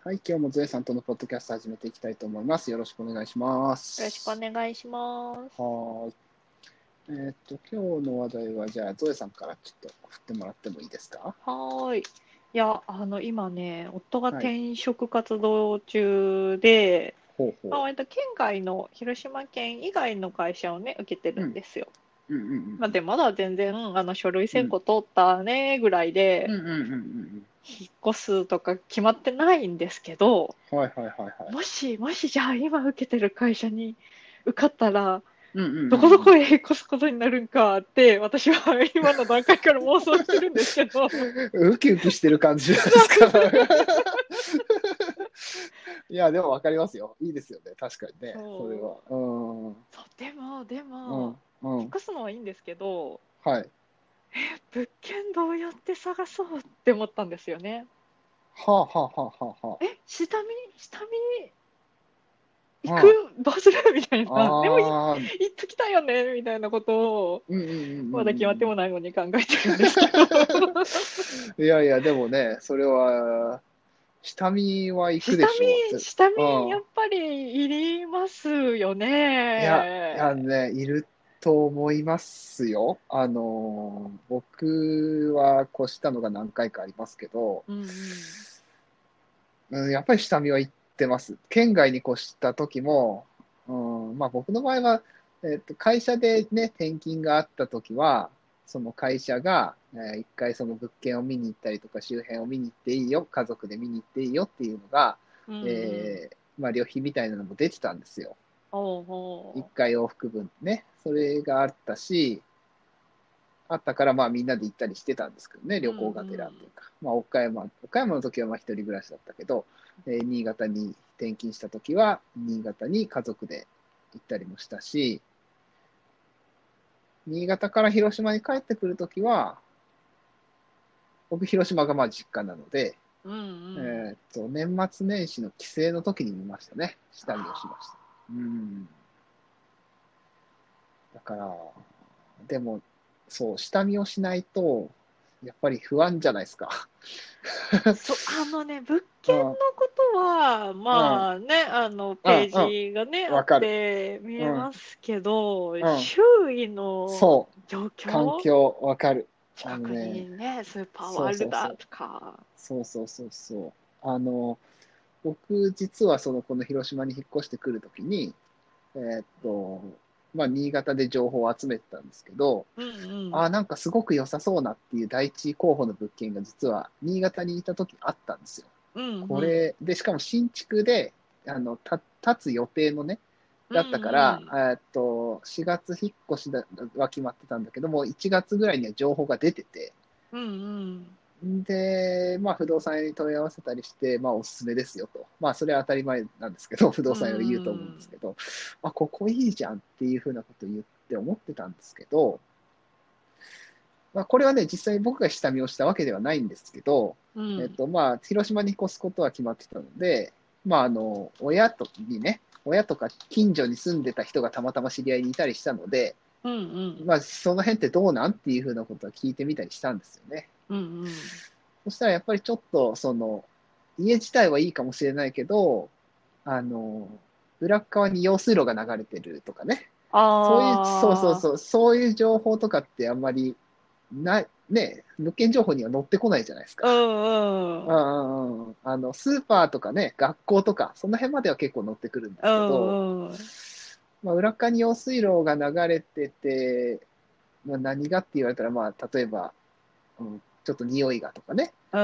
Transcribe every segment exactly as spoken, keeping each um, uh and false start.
はい、今日もゾエさんとのポッドキャスト始めていきたいと思います。よろしくお願いしまよろしくおす。 願いします。 はーい。えーっと、今日の話題は、じゃあ、ゾエさんからちょっと振ってもらってもいいですか？ はーい。いや、あの、今ね、夫がはい。 転職活動中で、まあ、 ほうほ割と県外の広島県以外の会社をね、受けてう。うん。 るんですよ。 うんうんうんまあ、で、まだ全然、あの、書類うん。 選考通ったね、ぐらいで、 うんうんうんうんうん引っ越すとか決まってないんですけど、 うん。はいはいはいはい。 もし、もし、じゃあ今受けてる会社に受かったら、 うんうんどこどうんこへ引っ越すことになるんかって、私は今の段階から妄想してるんですけど、 うん。ウキウキしてる感じじゃないですか。いや、でも分かりますよ。いいですよね。確かにね。それは。 そう、 うん。うん。 そう、でも、でうも、引っん。 越すのはいいんですけど、 はい。 物件どうやって探そうって思ったんですよね。 はあはあはあはあはえ、下見、下見行くあ。 どうするみたいな。でもいああ、 行っときたいよねみたいなことを、 うんうんうんうんまだ決まってうん。 もないのに考えてるんですけど。 いやいや、でもね、それは、下見は行くで下しょう。 見、 ぜ下見、 うん。 やっぱりいりますよいや、いやね。 ね、いると思いますよ。あの、僕は越したのが何回かありますけど、 うんうん。 うん、やっぱり下見は行ってます。県外に越した時も、うん、まあ僕の場合は、えっと、会社でね、転勤があった時は、その会社が、えー一回その物件を見に行ったりとか、周辺を見に行っていいよ、家族で見に行っていいよっていうのが、 うんうん。 えーまあ旅費みたいなのも出てたんですよ。 おう一ほ回往復分ね。それがあったし、あったからまあみんなで行ったりしてたんですけどね、 う。う旅行がてらんというか。まあ岡山、岡山の時はまあ一人暮らしだったけど、えー新潟に転勤した時は、新潟に家族で行ったりもしたし、新潟から広島に帰ってくる時は、僕広島がまあ実家なので、 うん。うんうん。 えーっと、年末年始の帰省の時に見ましたね。下見をしました。 あうん。だから、でも、そう、下見をしないと、やっぱり不安じゃないですか。 そう、あのね、物う件のん、 ことは、 うん、 まあね、あの、 うん、 ペーうん、 ジがね、あっわかる。 て見えうん、 ますけど、 うん、 周囲のそう、 状環況、 境、わかる。あ近くのね、 にね、スーパーワそうそうそう、 ールドとか、 そうそうそうそう。あの、僕、実はその、この広島に引っ越してくるときに、えーっと、まあ、新潟で情報を集めてたんですけど、 うんうん、 あ、なんかすごく良さそうなっていう第一候補の物件が実は新潟にいた時あったんですよ。 うんうん、 これ、で、しかも新築で、あの、た、建つ予定のね、 うんだったから、えうん、 ーっと、しがつ引っ越しだは決まってたんだけども、いちがつぐらいには情報が出てて、 うんうん、 で、まあ、不動産屋に問い合わせたりして、まあ、おすすめですよと。まあ、それは当たり前なんですけど、不動うん産屋は言うと思うんうん、 ですけど、あ、ここいいじゃんっていうふうなことを言って思ってたんですけど、まあ、これはね、実際に僕が下見をしたわけではないんですけど、 うん、 えっと、まあ、広島に越すことは決まってたので、まあ、あの、親とにね、親とか近所に住んでた人がたまたま知り合いにいたりしたので、 うんうんまあ、その辺ってどうなんっていうふうなことは聞いてみたりしたんですよね。 うんうん、 そしたらやっぱりちょっと、その、家自体はいいかもしれないけど、あの、裏っ側に用水路が流れてるとかね。そういう、そうそうああ、 そう、そういう情報とかってあんまりない、ね、物件情報には載ってこないじゃないですか。 うんうん、 うんうんうん。あの、スーパーとかね、学校とか、その辺までは結構載ってくるんでうすけど、 んうん、 まあ、裏側に用水路が流れてて、まあ、何がって言われたら、まあ、例えば、うん、ちょっと匂いがとかね。 うん、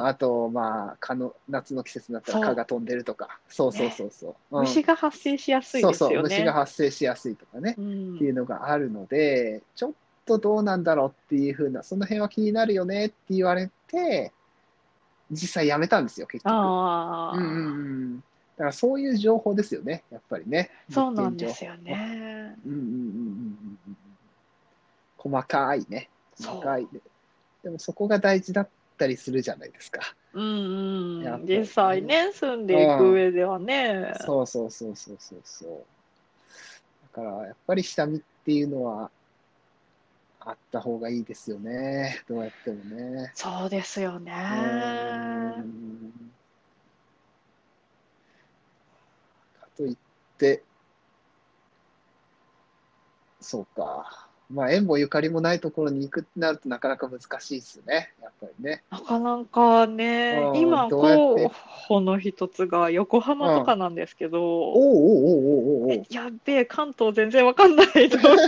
あ、あと、まあ、蚊の、夏の季節になったら蚊がそ飛んでるとか。そうう、ね、 そうそうそう。うん。 虫が発生しやすいですそうそう。虫がよね。 発生しやすいとかね。 うっていうん。 のがあるので、ちょっとどうなんだろうっていうふうな、その辺は気になるよねって言われて、実際やめたんですよ、結局。うんうんああ、 うん。だからそういう情報ですよね、やっぱりね。物そうなん件ですよ情報は。 ね。 うんうんうんうんうんうん。細かいね。細かい。 そでもそこが大事だったりするじゃないですか。 う。うんうん。 やっぱ実りね。 際ね、住んでいくうん。 上ではね。 そうそうそうそうそうそう。だからやっぱり下見っていうのはあった方がいいですよね。どうやってもね。 そうですようーね。 ん。 といって、そうか。まあ、縁もゆかりもないところに行くってなるとなかなか難しいですよね。やっぱりね。 なかなかね、 うん、 今どうやって、 候補の一つが横浜とうん。おうかなんですけど、 おうおうおうおうえ、 おう。 やっべえ、関東全然わかんないと思って。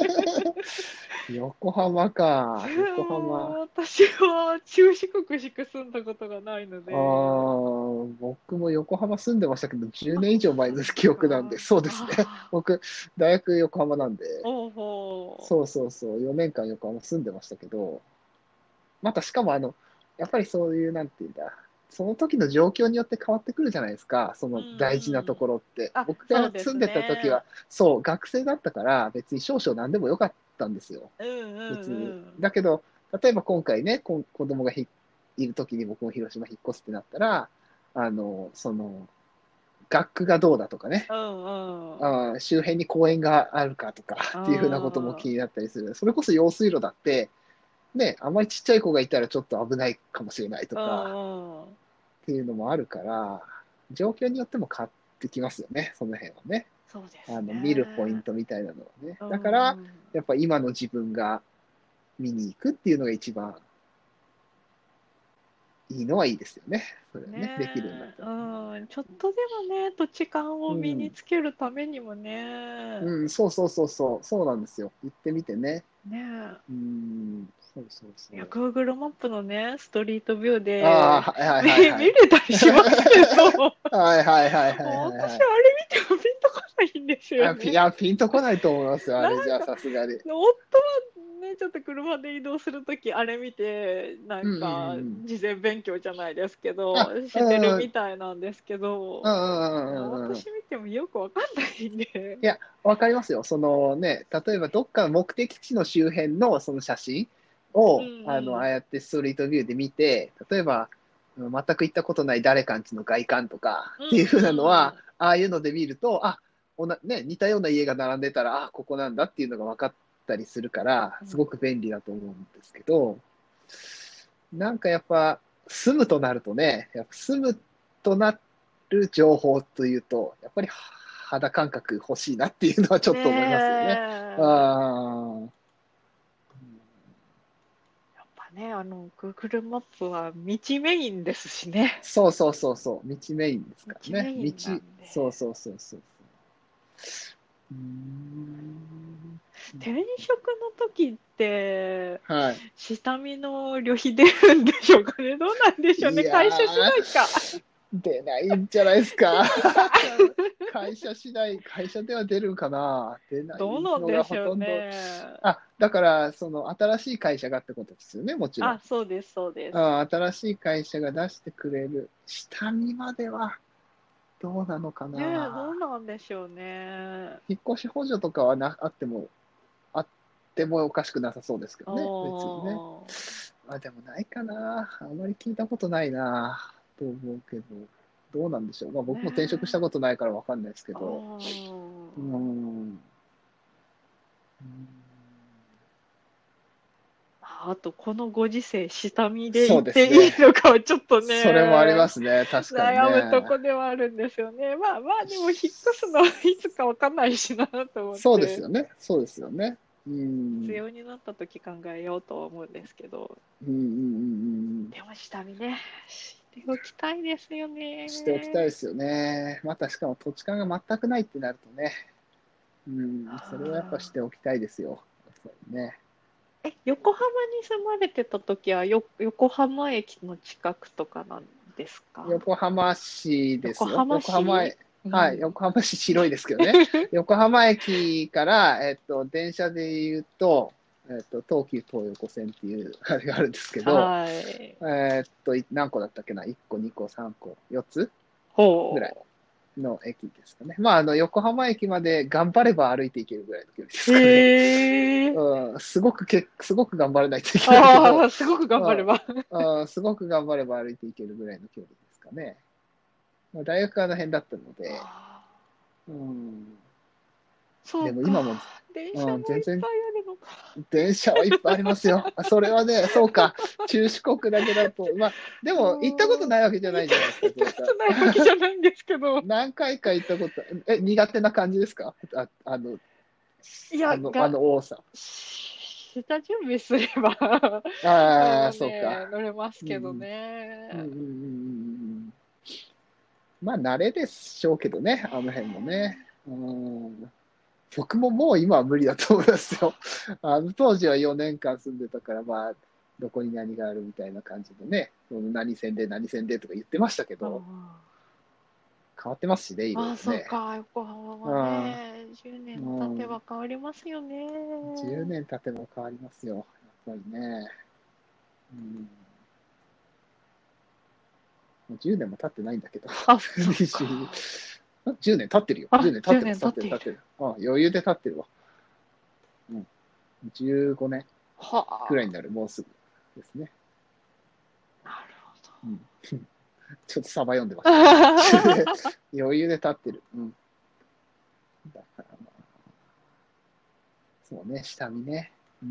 横浜か。横浜。 もう私は中四国しか住んだことがないのあで、 ー僕も横浜住んでましたけど、じゅうねん以上前のそうです記憶なんで、 か。 そうですね。 あ僕、大学横浜なんで、 あ、おうほそうそうそう、よねんかん横浜住んでましたけど、またしかもあの、やっぱりそういう、なんていうんだ、その時の状況によって変わってくるじゃないですか、そう。うんの大事なとうん。 ころって。 あ、 僕そうですが住んでた時は、 ね。 そう、学生だったから別に少々何でもよかったんですよ。 うんうん別に。 うん。 だけど、例えば今回ね、こ子供がひいる時に僕も広島引っ越すってなったら、あの、その、学区がどうだとかね、 うんうん。 あー周辺に公園があるかとかうっていうふうなこともん。うん気になったりする。それこそ用水路だって、ね、あまりちっちゃい子がいたらちょっと危ないかもしれないとうかん。 っていうのもあるから、状況によっても変わってきますよね、その辺はね。 そうですあの、見るポインね。 トみたいなのはね。 うだから、 んうん。 やっぱ今の自分が見に行くっていうのが一番いいのはいいですよね。それはね、できるんだっねえ、 たら。 うん、ちょっとでもね、土地勘を身にうん。 つけるためにもね、 うん、そうそうそうそう、そうなんですよ。行ってみてね。 ねえ、 うん、そうそうそいや、 う。 Google マップのね、ストリートビューああ、 ではいはい見、 はいはい。 見れたりしますけど、 はいはいはいはいはいはい。 私あれ見てもピンとこないんですよあ、ピ、いね。 や、ピンとこないと思いますよ、あなんか、 れじゃあ、さすがに。 夫はね、ちょっと車で移動するとき、あれ見て、なうんうんうんんか、 うん。 事前勉強じゃないですけど、 あ、 してるうん、うんみたいなんですけうど、 んうんうんうん。 私見てもよくわかんないんで。 いや、わかりますよ。そのね、例えばどっかの目的地の周辺のその写真うんを、あの、ああうん。 やってストリートビューで見て、例えば、うん全く行ったことない誰かんちの外観とかうんっていうふうなのは、 うん。 ああいうので見ると、あ、おな、ね、似たような家が並んでたら、あ、ここなんだっていうのが分かったりするから、 うん。 すごく便利だと思うんですけど、なんかやっぱ、住むとなるとね、やっぱ住むとなる情報というと、やっぱり肌感覚欲しいなっていうのはちょっと思いますよね。あねえ。 ーやっぱね、あの、Google マップは道メインですしね。 そうそうそうそう、道メインですから道メね。道、 インなんで。 そうそうそうそうそう。うーん転職の時って、 はい。 下見の旅費出るんでしょうかね。どうなんでしょうね。 い会社次や第か。 ー、出ないんじゃないです出か。 ないか。 会社次第、会社では出るかな。出などうなんいのがでしょうほとんど。 ね。 あ、だから、その新しい会社がってことですよね、もちろあ、 ん。 そうです、そうです。 あ、新しい会社が出してくれる。下見まではどうなのかねえ、どうな。 なんでしょうね。 引っ越し補助とかはなあっても、あってもおかしくなさそうですけどね、別にね。 おー。 あ、でもないかな。あまり聞いたことないな、と思うけど。どうなんでしょう。まあね僕も転職したことないからわかんないですけえ。 ど。うーあん。 あ、あと、このご時世、下見でそう行っていいですね。 のかはちょっとそれもありまね、 すね。確かに悩むとね。 こではあるんですよね。まあまあ、でも引っ越すのはいつかわかんないしなと思っそうですて、 よね。そうですよね。うん。 必要になった時考えようとは思うんですけど、 うんうんうんうんうん。 でも下見ね、しておきたいですよしておきたいでね。 すよね。またしかも土地勘が全くないってなるとね。うん。それはやっぱしあておきたいですよ。やっぱりね。 ーえ、横浜に住まれてた時はよ、横浜駅の近くとかなんですか？ 横浜市ですよ。 横浜横浜市。 へ、はい。 うん。 横浜市広いですけどね。横浜駅から、えっと、電車で言うと、えっと、東急東横線っていうあれがあるんですけど、 はい。 えっと、い何個だったっけな？ いっ 個、にこ、さんこ、よっつぐらいほの駅ですかね。まあ、あの、横浜駅まで頑張れば歩いていけるぐらいの距離でう。 すかね。 へえ。 うん、すごくけ、すごく頑張らないといけないけど、 ああ、すごく頑張れば。 うんうん、すごく頑張れば歩いていけるぐらいの距離ですかね。まあ、大学はあの辺だったので、 あうん、 そうでも今も、 か。電車うん、全然もいっぱいあるのか。 電車はいっぱいありますよ。それはね、そうか、中四国だけだと、まあ、でも行ったことうーん。 ないわけじゃ行ったないじゃないですか、 行ったゾエさん。 ことないわけじゃないんですけど。 何回か行ったこと、え、苦手な感じですか？あ、あの、 いや、 あの、あが、 の多さ。 下準備すればあああ、 のそうか。 ね、乗れますうんけどうん。うんうんね。 うんうんうん。まあ、慣れでしょうけどね、あの辺もね。うん。僕ももう今は無理だと思いますよ。あの当時はよねんかん住んでたから、まあ、どこに何があるみたいな感じでね、その何線で何線でとか言ってましたけあど、 あ。 変わってますしね、いろいああ、 ろね。 そうか、横浜はうん。 ね、じゅうねん経てうん。 ば変わりますよね。 じゅうねん経ても変わりますよ、やっぱりね。うん。もうじゅうねんも経ってないんだけど、 あ、そっにじゅう、 か。 じゅうねん経ってるよ。10 あ、10 年経ってます、経ってる、 年経っている。 経ってる。ああ、余裕で経ってるわ。うん。じゅうごねんはあ、 くらいになる、もうすぐですね。 なるうん。ちょっとサバ読んでまほしたね。 ど。 余裕で立ってる。うん。だからまあ、そうね、下見ね。うん。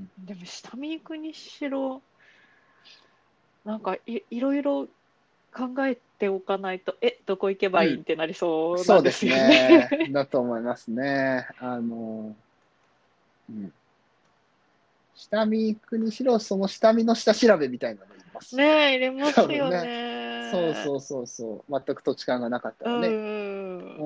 でも下見行くにしろ、なんかい、いろいろ考えておかないと、え、どこ行けばうん。 いいってなりそうなんそうですですよね。 ね。だと思いますね。あの、うん。下見行くにしろ、その下見の下調べみたいなのいりますしね。 ねえ、入れますよ多分ね。そうね。 そうそうそう。全く土地勘がなかったうらね。 ん。 うん。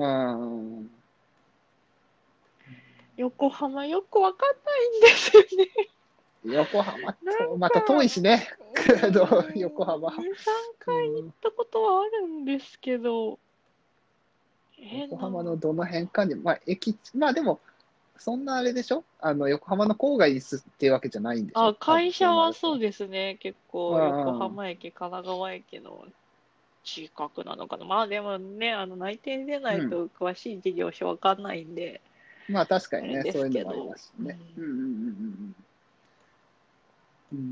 横浜よくわかんないんですよね。 横浜と、 なんまた遠いか、 しね。 うあのーん、 横浜。 に、さんかい行っうん。 たことはあるんですけど、え横浜のなんどのか、 辺かに、まあ、駅、まあでも、そんなあれでしょ、あの、横浜の郊外に住っていうわけじゃないんでしあ、 ょ多分会社そうなると。 はそうですね。結う構横んうん。 浜駅、神奈川駅の近くなのかな。まあでもね、あの内定でなうん。 いと詳しい事業所わかんないんで、 まあ確かにね、 あれですそういうのもありけど、 ますしね。 うん、 うんうんうんうんうん。うん。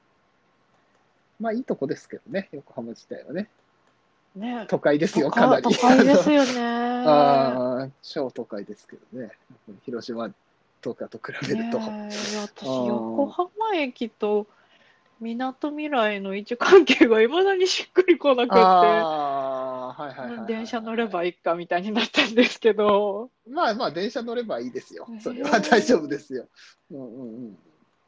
まあいいとこですけどね、横浜自体はね。 ね、 都会ですよ、か都会、 なり。 都会あの、 ですよね。 あー超都会ですけどね。広島とかと比べると。 ねえ、いや私、横あ浜駅とみなとみらいの位置関係がいまだにしっくりこなくって、 あー、はいはいはいはい電車乗はいはい。 ればいいかみたいになったんですけど、 まあまあ、電車乗ればいいですよ。 へそれは大丈夫でえ、 すよ。うんうんうん。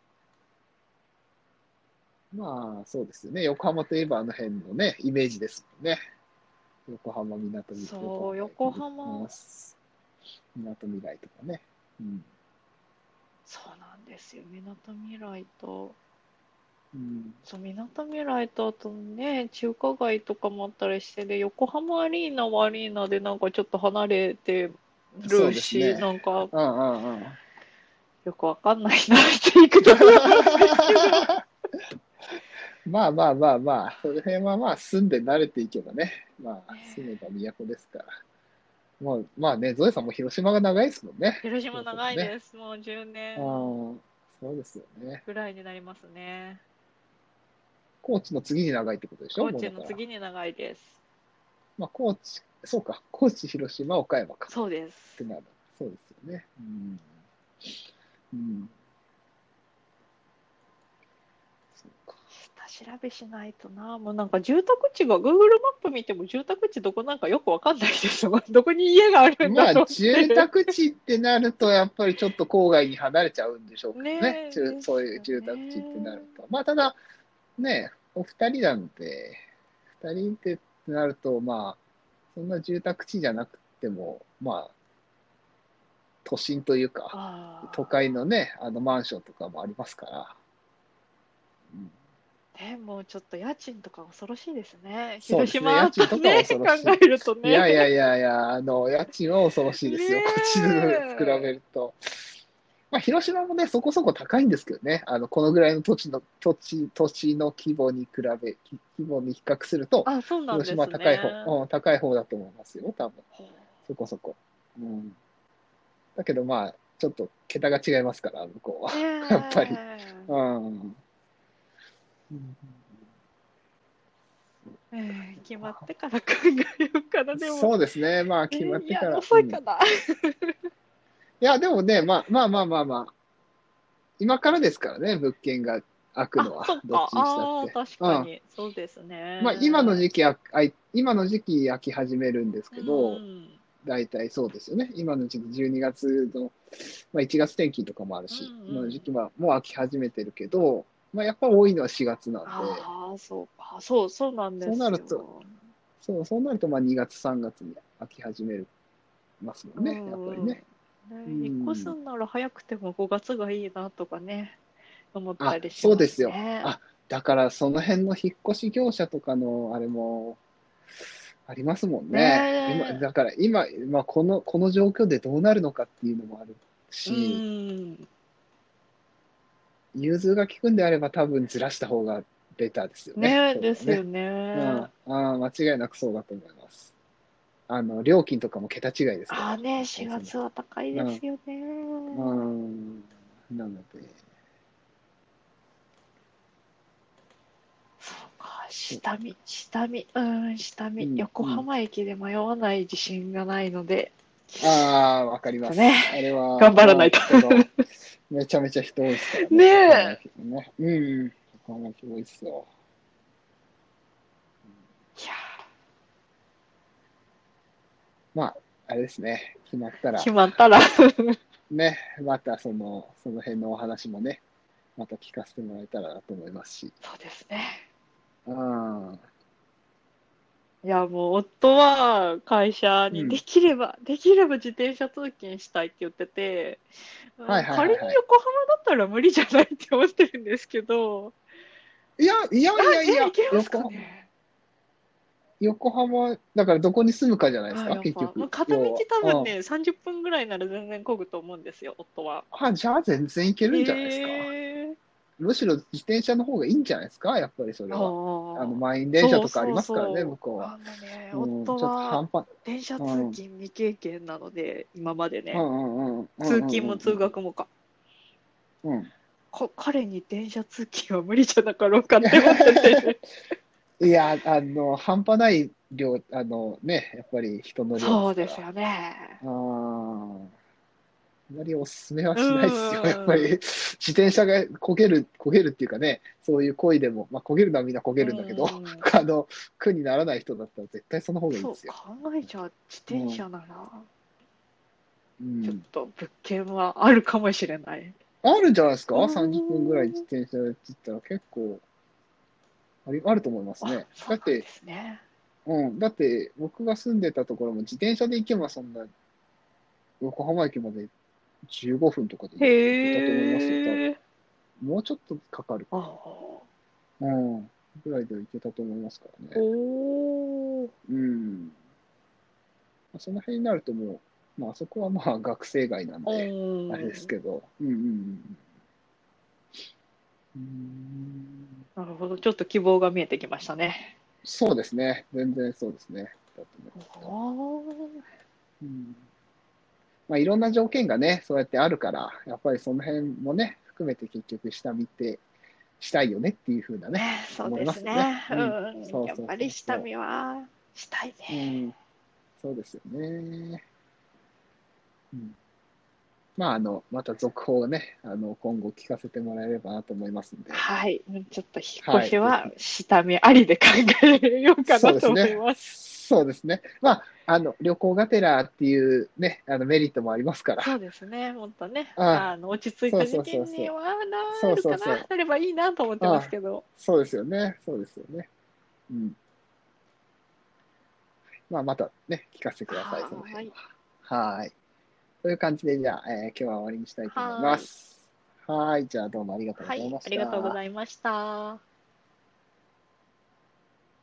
まあ、そうですよね。横浜といえばあの辺のね、イメージですもんね。横浜、みなとみ、横そう、横浜駅、うん、 浜、 みなとみらいとかね。うん。 そうなんですよ。みなとみらいと、 うん、 そう、みなとみらいと、あとね、中華街とかもあったりして、で、横浜アリーナはアリーナでなんかちょっと離れてそうるし、 ですね。 なんかうんうんうん。 よくわかんないなって行くところなんですけど。 まあまあまあまあ、その辺はまあ住んで慣れていけばね。まあ、住めばね都ですから。もう、まあね、ゾエさんも広島が長いですもんね。 広島そうそうね。 長いです。もう10 ああ、 年そうですよね。 ぐらいになりますね。 高知の次に長いってことでしょ高知もうだから。 の次に長いです。 まあ、高知、そうか。高知、広島、岡山か。 そうです。 ってなる。そうですよね。うん。うん。そうか。 下調べしないとな。もうなんか住宅地が Google マップ見ても住宅地どこなんかよくわかんないですよ。どこに家があるんだまあ、 ろうっ住て。 宅地ってなると、やっぱりちょっと郊外に離れちゃうんでしょうけどね。 ねえ、 中ですそういうよ住宅地ってなね。 ると。まあ、ただ、ね、お二人なんで、二人でってなると、まあ、そんな住宅地じゃなくても、まあ、都心というか、都あ会のね、あのマンションとかもありますから。うん、 あ。ね、もうちょっと家賃とか恐ろしいですね。広そうですね、家島とね、 賃とかは恐ろ考しい。 えるとね。 いやいやいやいや、あの、家賃は恐ろしいですよ、こっちねと比べえ。 ると。まあ、広島もね、そこそこ高いんですけどね、あの、このぐらいの土地の、土地、土地の規模に比べ、規模に比較すると、 あ、そうなん広島はです高い方、 ね。 うん、高い方だと思いますよ、多分。 ほそこそこ。うん。だけどまあ、ちょっと桁が違いますから、向こうは。 うねやっぱり。 え。 うん。うんえー決まってから考えようかな。でも、 そうですね。まあ、決まっえーいや、 てから。うん。 遅いかな。 いや、でもね、まあまあまあまあまあ、今からですからね、物件が開くのあ、そは、 っか。 どっちにしたっああ、 て。 確うん。 かに。そうですまあ、今のね。 時期あ、あい、今の時期開き始めるんですうけど、 ん大体そうですよね。今の時期、じゅうにがつの、まあ、いちがつ転勤とかもあるうん。うんし、 うん。 今の時期はもう開き始めてるけど、まあ、やっぱ多いのはしがつなんで、 ああ、そうか。そう、そうなんでそうなすると、 よ。 そう、そうなると、まあ、にがつ、さんがつに開き始めますもうんね、やっぱりね。 んうん。 うね、引っ越すん。 んなら早くてもごがつがいいなとかね、思ったあ、 りしますそうですよ。 ね。 あ、だからその辺の引っ越し業者とかのあれもありますもんね。今、 ねだから今、まあ、この、この状況でどうなるのかっていうのもあるえ。うし、 ん。 融通が利くんであれば多分ずらした方がベターですよね、 ねえ、 それはね。 ですよね。 うん。ああ、間違いなくそうだと思います。あの、料金とかも桁違いですから、 ああね、 やっぱり 4 その、 月は高いうん、 ですよね。 うん、なので、 そうか、 そう下見、下見、うん、下見、 うん、 横うん。 浜駅で迷わない自信がないので、 ああ、わかりまとね、 す。あれは、うん、 頑張らないと。 人の、めちゃめちゃ人多いですからねね、横浜え。 駅もね。うん、横浜駅多いっすよ。 いやまあ、あれですね、決まったー、 ら、 決まったらね、またその、その辺のお話もね、また聞かせてもらえたらなと思いますし。 そうですね。 うん、 いや、もう夫は会社にでうん。 きれば、できれば自転車通勤したいって言ってて、 はいうん、仮にはいはいはい。 横浜だったら無理じゃないって思ってるんですけど、 いや、いやあ、 いやいえ、いや、 けますか横、 ね。 横浜、だからどこに住むかじゃないですあ、 か、 やっぱ、まあ、 結局。 片道要は。うん。 多分ね、さんじゅっぷんぐらいなら全然漕ぐと思うんですよ、夫は。 あ、じゃあ全然いけるんじゃないですか。 へえ。 むしろ自転車の方がいいんじゃないですか、やっぱりそれあは。あの、 あ、 満員電車とかありそうそうますからね、 そう。 向こうは。 あのね、 うん、ちょっと夫は半端、 電車通うん、うん、 勤未経験なので、今までうん、 ね、 うん、うん、うん、 通勤も通うん、 学もか。 うん。 か彼に電車通勤は無理じゃなかろうかって思ってて。 いや、あの、半端ない量、あのね、やっぱり人の量ですから。 そうですよね。 あーあまりおすすめはうしないですよ。やっぱり、 ーん。 自転車が焦げる、焦げるっていうかね、そういう行為でも、まあ焦げるのはみんな焦うげるんだけど、 ーん。 あの、苦にならない人だったら絶対その方がいいそう、 ですよ。 考えちゃう自転うん。 車なら、ちょっうん。 と物件はあるかもしれない。 あるんじゃないですうか？ さんじゅっ 分ぐらい自ーん。 転車でって言ったら結構あり、あると思いますあ、 ね。 そうなんでだって、 すね。 うん。だって、僕が住んでたところも自転車で行けばそんな、横浜駅までじゅうごふんとかでへ行けたと思いますよ、多分。 え。 もうちょっとかかるあか。 あ。 うん。ぐらいで行けたと思いますからね。 おー。 うん。その辺になるともう、まあ、あそこはまあ学生街なんうで、あれーん。 ですけど。うんうんうん。うん。 なるほど。ちょっと希望が見えてきましたね。 そうですね。全然そうですね。だと思いますよ。 おー。 うん。まあ、いろんな条件がね、そうやってあるから、やっぱりその辺もね、含めて結局下見て、したいよねっていうふうなね、 ね、そう思いですますよね。 ね。 うん。 うん。やっそうそうぱり下そうそ見はしたいう。うね。 ん。そうですよね。うん。まあ、あの、また続報をね、あの、今後聞かせてもらえればなと思いますんで、 はい。ちょっと引っはい、 越しはぜひ。 下見ありで考えようかなと思いそうですね。 ます。 そうですね。まあ、あの、旅行がてらっていうね、あの、メリットもありますから。 そうですね。もっとね、 ああ、 あの、落ち着いた時そうそうそうそう。 点にはなそうるかな、 そうそう。 なればいいなと思ってああ、 ますけど。 そうですよね。そうですよね。うん。まあ、またね、聞かせてください、その辺はーい。 は。はい。という感じで、じゃあ、えー今日は終わりにしたいと思いはーい。 ます。はい。じゃあ、どうもありがとうごはい。 ざいまありがとうごした。 ざいました。